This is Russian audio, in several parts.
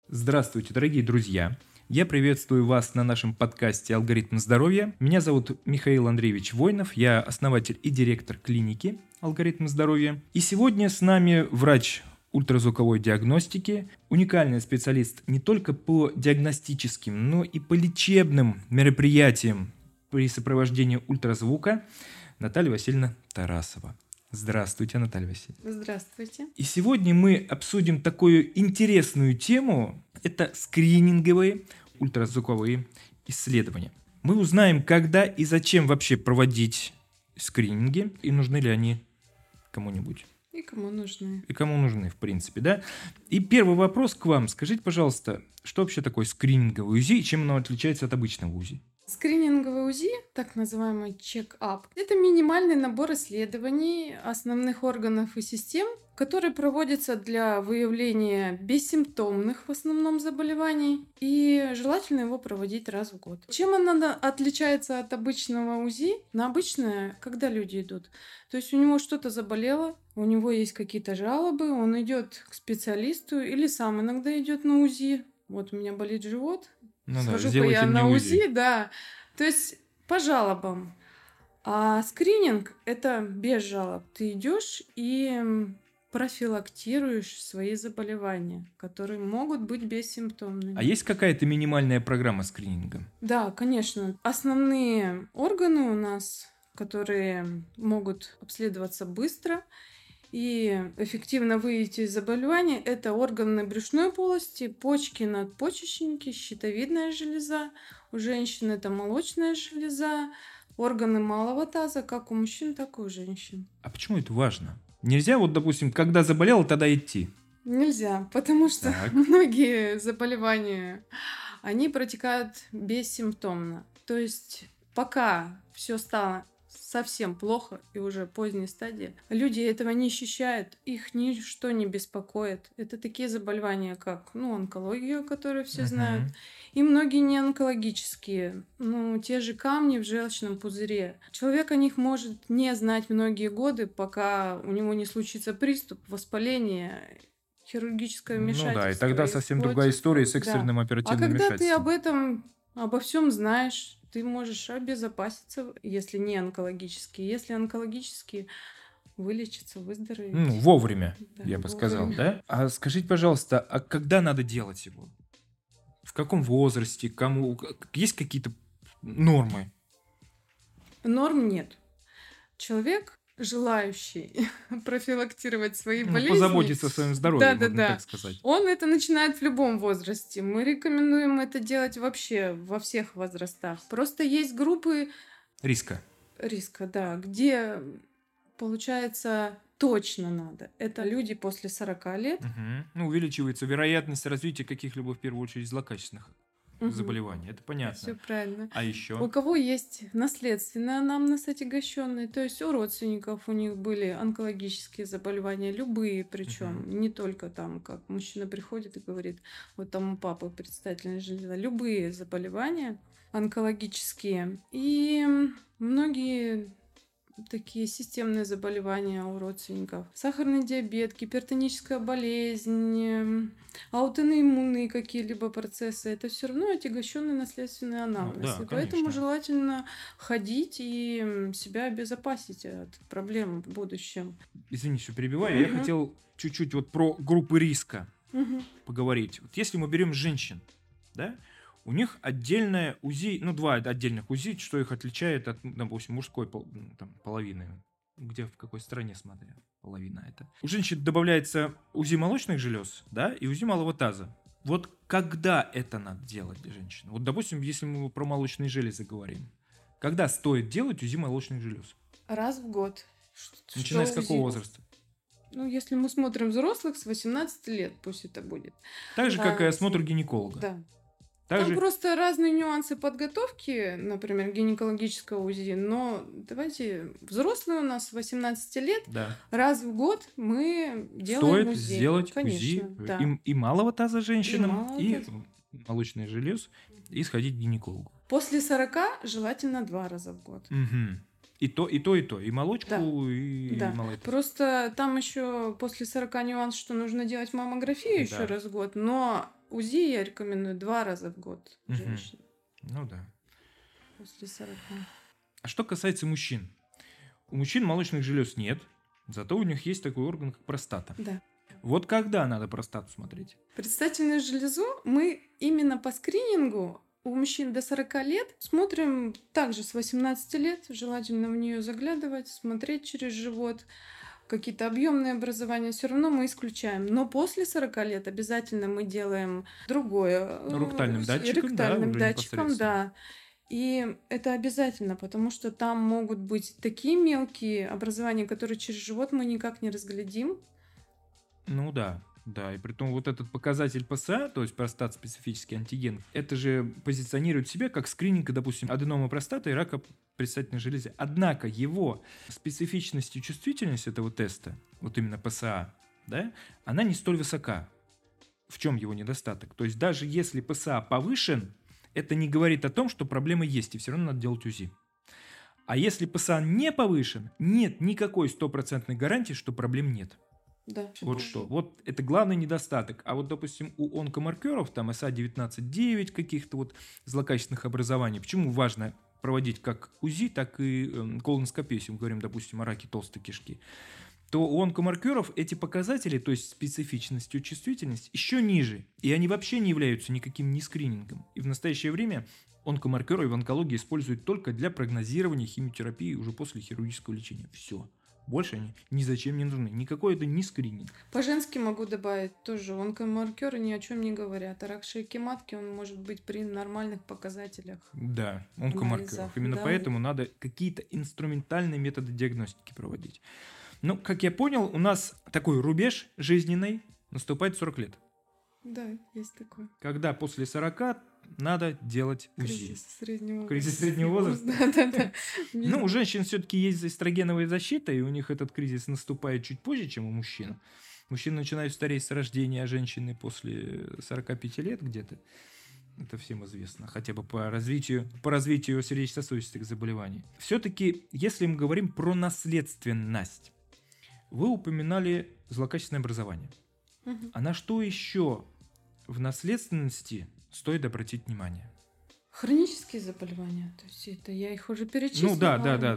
Здравствуйте, дорогие друзья! Я приветствую вас на нашем подкасте «Алгоритм здоровья». Меня зовут Михаил Андреевич Войнов, я основатель и директор клиники «Алгоритм здоровья». И сегодня с нами врач ультразвуковой диагностики, уникальный специалист не только по диагностическим, но и по лечебным мероприятиям при сопровождении ультразвука Наталья Васильевна Тарасова. Здравствуйте, Наталья Васильевна. Здравствуйте. И сегодня мы обсудим такую интересную тему. Это скрининговые ультразвуковые исследования. Мы узнаем, когда и зачем вообще проводить скрининги, и нужны ли они кому-нибудь. И кому нужны. И кому нужны, в принципе, да? И первый вопрос к вам. Скажите, пожалуйста, что вообще такое скрининговое УЗИ и чем оно отличается от обычного УЗИ? Скрининговый УЗИ, так называемый чек-ап, это минимальный набор исследований основных органов и систем, которые проводятся для выявления бессимптомных в основном заболеваний, и желательно его проводить раз в год. Чем оно отличается от обычного УЗИ? На обычное, когда люди идут, то есть у него что-то заболело, у него есть какие-то жалобы, он идет к специалисту или сам иногда идет на УЗИ. Вот у меня болит живот, схожу-ка я на УЗИ, да. То есть по жалобам. А скрининг — это без жалоб. Ты идешь и профилактируешь свои заболевания, которые могут быть бессимптомными. А есть какая-то минимальная программа скрининга? Да, конечно. Основные органы у нас, которые могут обследоваться быстро и эффективно выявить из заболевания, это органы брюшной полости, почки, надпочечники, щитовидная железа. У женщин это молочная железа, органы малого таза, как у мужчин, так и у женщин. А почему это важно? Нельзя, вот, допустим, когда заболел, тогда идти? Нельзя, потому что многие заболевания, они протекают бессимптомно. То есть пока все стало совсем плохо и уже поздней стадии, люди этого не ощущают, их ничто не беспокоит. Это такие заболевания, как онкология, которую все знают, и многие не онкологические, те же камни в желчном пузыре. Человек о них может не знать многие годы, пока у него не случится приступ воспаления, хирургическое вмешательство. Ну да, и тогда совсем другая история с экстренным оперативным вмешательством. А когда ты об этом, обо всем знаешь, ты можешь обезопаситься, если не онкологические. Если онкологические, вылечиться, выздороветь. Вовремя, да, я бы сказал, да? А скажите, пожалуйста, а когда надо делать его? В каком возрасте? Кому? Есть какие-то нормы? Норм нет. Человек, желающий профилактировать свои болезни, позаботиться о своем здоровье, можно так сказать. Он это начинает в любом возрасте. Мы рекомендуем это делать вообще во всех возрастах. Просто есть группы риска, да, где, получается, точно надо. Это люди после 40 лет. Увеличивается вероятность развития каких-либо, в первую очередь, злокачественных заболеваний. Это понятно. Все правильно. А еще? У кого есть наследственный анамнез отягощенный, то есть у родственников у них были онкологические заболевания, любые, причем не только там, как мужчина приходит и говорит, вот там у папы предстательная железа, любые заболевания онкологические. И многие такие системные заболевания у родственников. Сахарный диабет, гипертоническая болезнь, аутоиммунные какие-либо процессы. Это все равно отягощенный наследственный анамнез. И поэтому желательно ходить и себя обезопасить от проблем в будущем. Извините, что перебиваю. Я хотел чуть-чуть вот про группы риска поговорить. Вот если мы берем женщин, да, у них отдельное УЗИ, два отдельных УЗИ, что их отличает от, допустим, мужской половины. Где, в какой стране, смотря, половина это. У женщин добавляется УЗИ молочных желез, да, и УЗИ малого таза. Вот когда это надо делать для женщин? Вот, допустим, если мы про молочные железы говорим. Когда стоит делать УЗИ молочных желез? Раз в год. Начиная с какого возраста? Если мы смотрим взрослых, с 18 лет пусть это будет. Так же, как и осмотр гинеколога. Да. Там просто разные нюансы подготовки, например, гинекологического УЗИ, но давайте, взрослые у нас с 18 лет, раз в год мы делаем УЗИ. Стоит сделать УЗИ и малого таза женщинам, и молочных желез, и сходить к гинекологу. После 40 желательно 2 раза в год. И то, и молочку, и малый таз. Просто там еще после 40 нюанс, что нужно делать маммографию еще раз в год, но УЗИ я рекомендую 2 раза в год женщине. Ну да. После 40. А что касается мужчин. У мужчин молочных желез нет, зато у них есть такой орган, как простата. Да. Вот когда надо простату смотреть? Предстательную железу мы именно по скринингу у мужчин до 40 лет смотрим также с 18 лет. Желательно в нее заглядывать, смотреть через живот. Какие-то объемные образования все равно мы исключаем. Но после 40 лет обязательно мы делаем другое. Ректальным датчиком, ректальным уже датчиком, непосредственно. да. И это обязательно, потому что там могут быть такие мелкие образования, которые через живот мы никак не разглядим. Ну да, да. И притом вот этот показатель ПСА, то есть простат-специфический антиген, это же позиционирует себя как скрининг, допустим, аденома простаты и рака предстательной железы. Однако его специфичность и чувствительность этого теста, вот именно ПСА, да, она не столь высока. В чем его недостаток? То есть даже если ПСА повышен, это не говорит о том, что проблема есть, и все равно надо делать УЗИ. А если ПСА не повышен, нет никакой стопроцентной гарантии, что проблем нет. Да. Вот что. Вот это главный недостаток. А вот, допустим, у онкомаркеров, там СА-19-9 каких-то вот злокачественных образований, почему важно проводить как УЗИ, так и колоноскопию, если мы говорим, допустим, о раке толстой кишки, то у онкомаркеров эти показатели, то есть специфичность и чувствительность, еще ниже. И они вообще не являются никаким не скринингом. И в настоящее время онкомаркеры в онкологии используют только для прогнозирования химиотерапии уже после хирургического лечения. Все. Больше они ни зачем не нужны. Никакой это не скрининг. По-женски могу добавить тоже. Онкомаркеры ни о чем не говорят. А рак шейки матки, он может быть при нормальных показателях. Да, онкомаркеров. Анализах, Именно да. поэтому надо какие-то инструментальные методы диагностики проводить. Ну, как я понял, у нас такой рубеж жизненный наступает 40 лет. Да, есть такое. Когда после 40 надо делать УЗИ. Кризис среднего возраста. Кризис среднего возраста? Да. Ну, у женщин все-таки есть эстрогеновая защита, и у них этот кризис наступает чуть позже, чем у мужчин. Мужчины начинают стареть с рождения, а женщины после 45 лет где-то. Это всем известно, хотя бы по развитию сердечно-сосудистых заболеваний. Все-таки, если мы говорим про наследственность, вы упоминали злокачественное образование. Мгм. А на что еще в наследственности стоит обратить внимание? Хронические заболевания. То есть это я их уже перечислила. Ну да.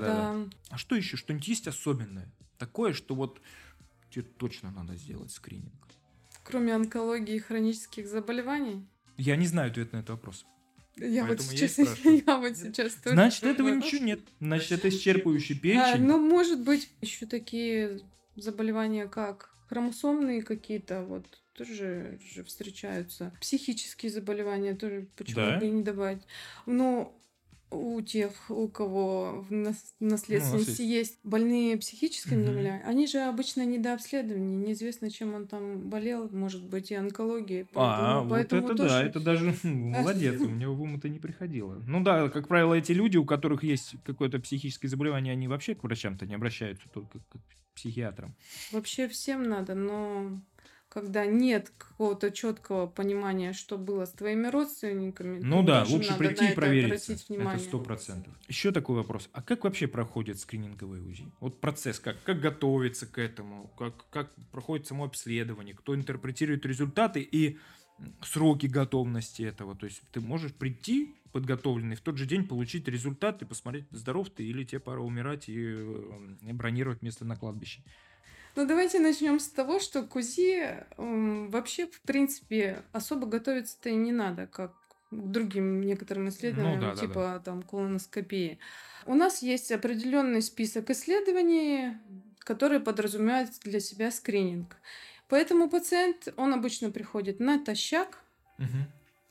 А что еще? Что-нибудь есть особенное? Такое, что вот тебе точно надо сделать скрининг. Кроме онкологии и хронических заболеваний. Я не знаю ответ на этот вопрос. Я вот Поэтому я и сейчас, спрашиваю. я вот сейчас тоже Значит, этого думаю. ничего нет. Значит, это исчерпывающий перечень. Ну, может быть, еще такие заболевания, как хромосомные какие-то, вот тоже же встречаются. Психические заболевания тоже, почему Да? бы и не добавить. Но у тех, у кого в наследственности есть больные психическими Мгм. заболеваниями, они же обычно недообследованы, неизвестно, чем он там болел, может быть, и онкология. Вот Поэтому это тоже... да, это даже молодец, у меня в ум это не приходило. Ну да, как правило, эти люди, у которых есть какое-то психическое заболевание, они вообще к врачам-то не обращаются, только к психиатрам. Вообще всем надо, но когда нет какого-то четкого понимания, что было с твоими родственниками, Ну то да, тоже лучше надо прийти на и это провериться. обратить Это внимание. 100%. Еще такой вопрос. А как вообще проходит скрининговое УЗИ? Вот процесс, как готовиться к этому, как проходит само обследование, кто интерпретирует результаты и сроки готовности этого. То есть ты можешь прийти подготовленный в тот же день, получить результат и посмотреть, здоров ты или тебе пора умирать и бронировать место на кладбище. Ну, давайте начнем с того, что к УЗИ вообще, в принципе, особо готовиться-то и не надо, как к другим некоторым исследованиям, Ну да, типа там колоноскопии. У нас есть определенный список исследований, которые подразумевают для себя скрининг. Поэтому пациент, он обычно приходит натощак, Мгм.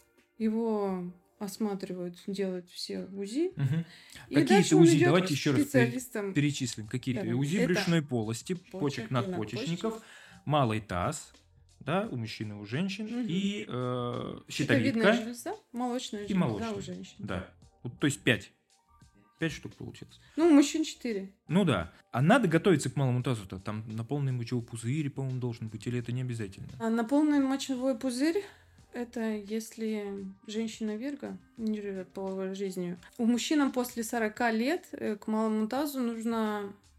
его осматривают, делают все УЗИ. Мгм. И Какие-то дальше он УЗИ? идет Давайте к еще раз специалистам. перечислим. Какие-то Давай. УЗИ Это брюшной полости, почек почек и надпочечников, малый таз, да, у мужчин и у женщин, Мгм. и Щитовидная щитовидка, железа, молочная и железа молочная. у женщин. Да. Вот, то есть 5. 5 штук получится. Ну, у мужчин 4. Ну да. А надо готовиться к малому тазу-то? Там на полный мочевой пузырь, по-моему, должен быть, или это не обязательно? А на полный мочевой пузырь это если женщина Вирго не живет половой жизнью. У мужчинам после 40 лет к малому тазу нужно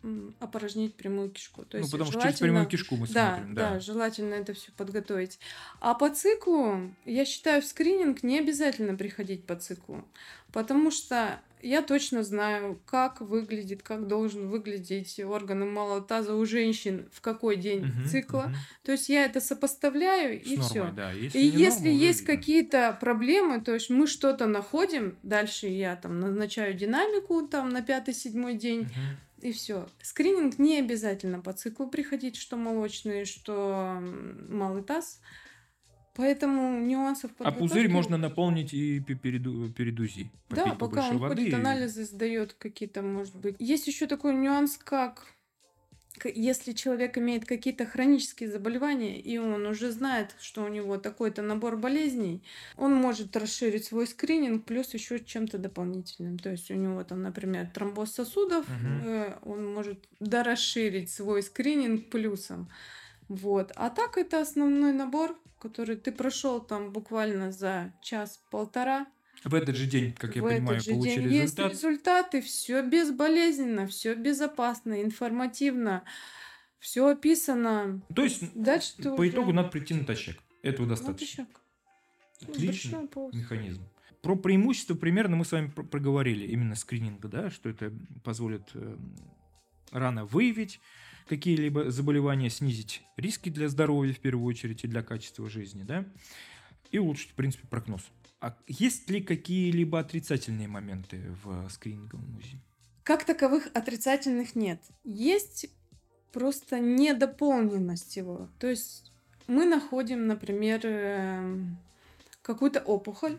опорожнить прямую кишку. То Ну, есть потому что через прямую кишку мы да, смотрим, да, да. желательно это все подготовить. А по циклу, я считаю, в скрининг не обязательно приходить по циклу, потому что я точно знаю, как должен выглядеть органы малого таза у женщин, в какой день цикла. То есть я это сопоставляю, С и нормой, все. да. И Если не если норма, уже есть видно. какие-то проблемы, то есть мы что-то находим, дальше я там назначаю динамику там на 5-7 день, и все. Скрининг не обязательно по циклу приходить, что молочный, что малый таз. Поэтому нюансов А подготовки... пузырь можно наполнить и перед УЗИ. Да, Попить пока побольше он воды. ходит, анализы сдает какие-то, может быть. Есть еще такой нюанс, как если человек имеет какие-то хронические заболевания, и он уже знает, что у него такой-то набор болезней, он может расширить свой скрининг плюс еще чем-то дополнительным. То есть у него там, например, тромбоз сосудов, он может дорасширить свой скрининг плюсом. Вот. А так это основной набор, который ты прошел там буквально за час-полтора. В этот же день, как я понимаю, получили Есть результат. результаты, все безболезненно, все безопасно, информативно, все описано. То есть, дальше ты по уже... итогу надо прийти натощак. Этого достаточно. Натощак. Отличный механизм. Про преимущества примерно мы с вами проговорили. Именно скрининга, да, что это позволит рано выявить какие-либо заболевания, снизить риски для здоровья в первую очередь и для качества жизни, да, и улучшить, в принципе, прогноз. А есть ли какие-либо отрицательные моменты в скрининговом УЗИ? Как таковых отрицательных нет. Есть просто недополненность его. То есть мы находим, например, какую-то опухоль.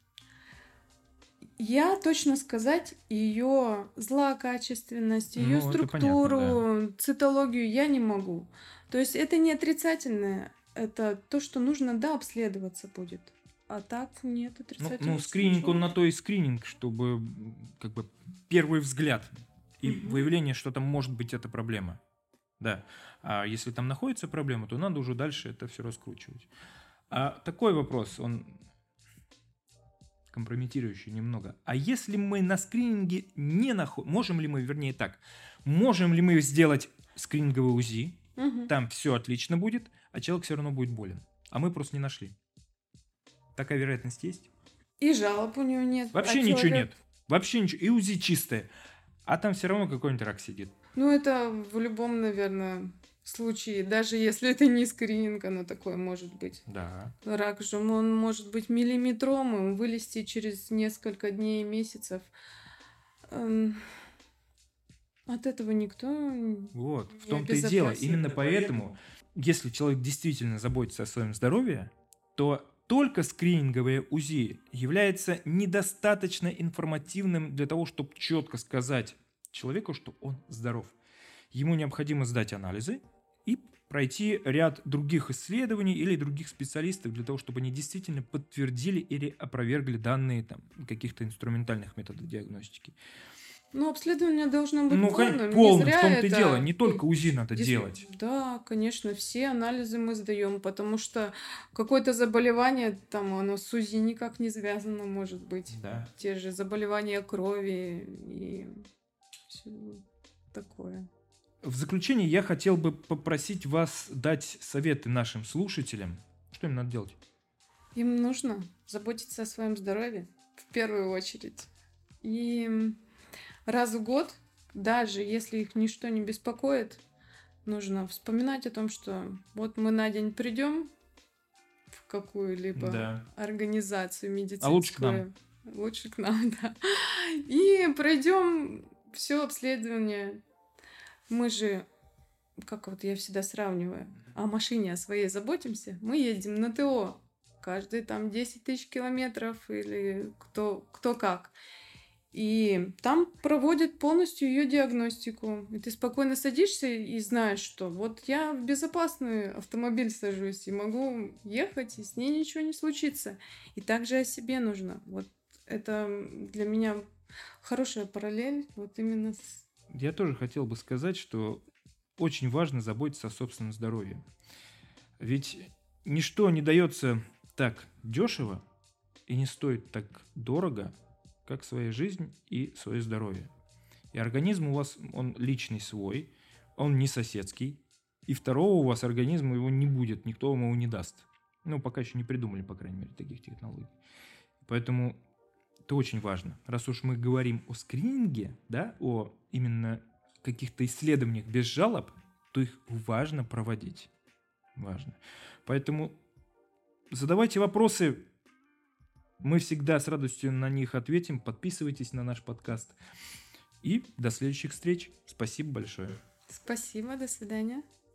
Я точно сказать ее злокачественность, ее структуру, понятно, да. цитологию я не могу. То есть это не отрицательное, это то, что нужно дообследоваться будет. А так нет отрицательного. Ну, скрининг, он на то и скрининг, чтобы как бы первый взгляд и выявление, что там может быть эта проблема. Да. А если там находится проблема, то надо уже дальше это все раскручивать. А такой вопрос, он компрометирующий немного. А если мы на скрининге не находим, можем ли мы сделать скрининговый УЗИ, там все отлично будет, а человек все равно будет болен, а мы просто не нашли? Такая вероятность есть? И жалоб у него нет. Вообще ничего нет. Вообще ничего. И УЗИ чистое. А там все равно какой-нибудь рак сидит. Ну, это в любом, наверное, случае. Даже если это не скрининг, оно такое может быть. Да. Рак же, он может быть миллиметровым, вылезти через несколько дней, месяцев. От этого никто Вот, не в том-то и дело. обезопасен. Именно поэтому, если человек действительно заботится о своем здоровье, то только скрининговое УЗИ является недостаточно информативным для того, чтобы четко сказать человеку, что он здоров. Ему необходимо сдать анализы и пройти ряд других исследований или других специалистов для того, чтобы они действительно подтвердили или опровергли данные там, каких-то инструментальных методов диагностики. Ну, обследование должно быть полным. Полным, в том-то и дело. Не только УЗИ надо делать. Да, конечно, все анализы мы сдаем, потому что какое-то заболевание, там, оно с УЗИ никак не связано, может быть. Да. Те же заболевания крови и все такое. В заключение я хотел бы попросить вас дать советы нашим слушателям. Что им надо делать? Им нужно заботиться о своем здоровье в первую очередь. И раз в год, даже если их ничто не беспокоит, нужно вспоминать о том, что вот мы на день придем в какую-либо организацию медицинскую. А лучше к нам. Лучше к нам, да. И пройдем все обследование. Мы же, как вот я всегда сравниваю, о машине о своей заботимся. Мы едем на ТО. Каждые там 10 тысяч километров или кто как. И там проводят полностью ее диагностику. И ты спокойно садишься и знаешь, что вот я в безопасный автомобиль сажусь и могу ехать, и с ней ничего не случится. И также о себе нужно. Вот это для меня хорошая параллель. Вот именно с... Я тоже хотел бы сказать, что очень важно заботиться о собственном здоровье. Ведь ничто не дается так дешево и не стоит так дорого, как своя жизнь и свое здоровье. И организм у вас, он личный свой, он не соседский. И второго у вас организма его не будет, никто вам его не даст. Ну, пока еще не придумали, по крайней мере, таких технологий. Поэтому это очень важно. Раз уж мы говорим о скрининге, да, о именно каких-то исследованиях без жалоб, то их важно проводить. Важно. Поэтому задавайте вопросы. Мы всегда с радостью на них ответим. Подписывайтесь на наш подкаст. И до следующих встреч. Спасибо большое. Спасибо, до свидания.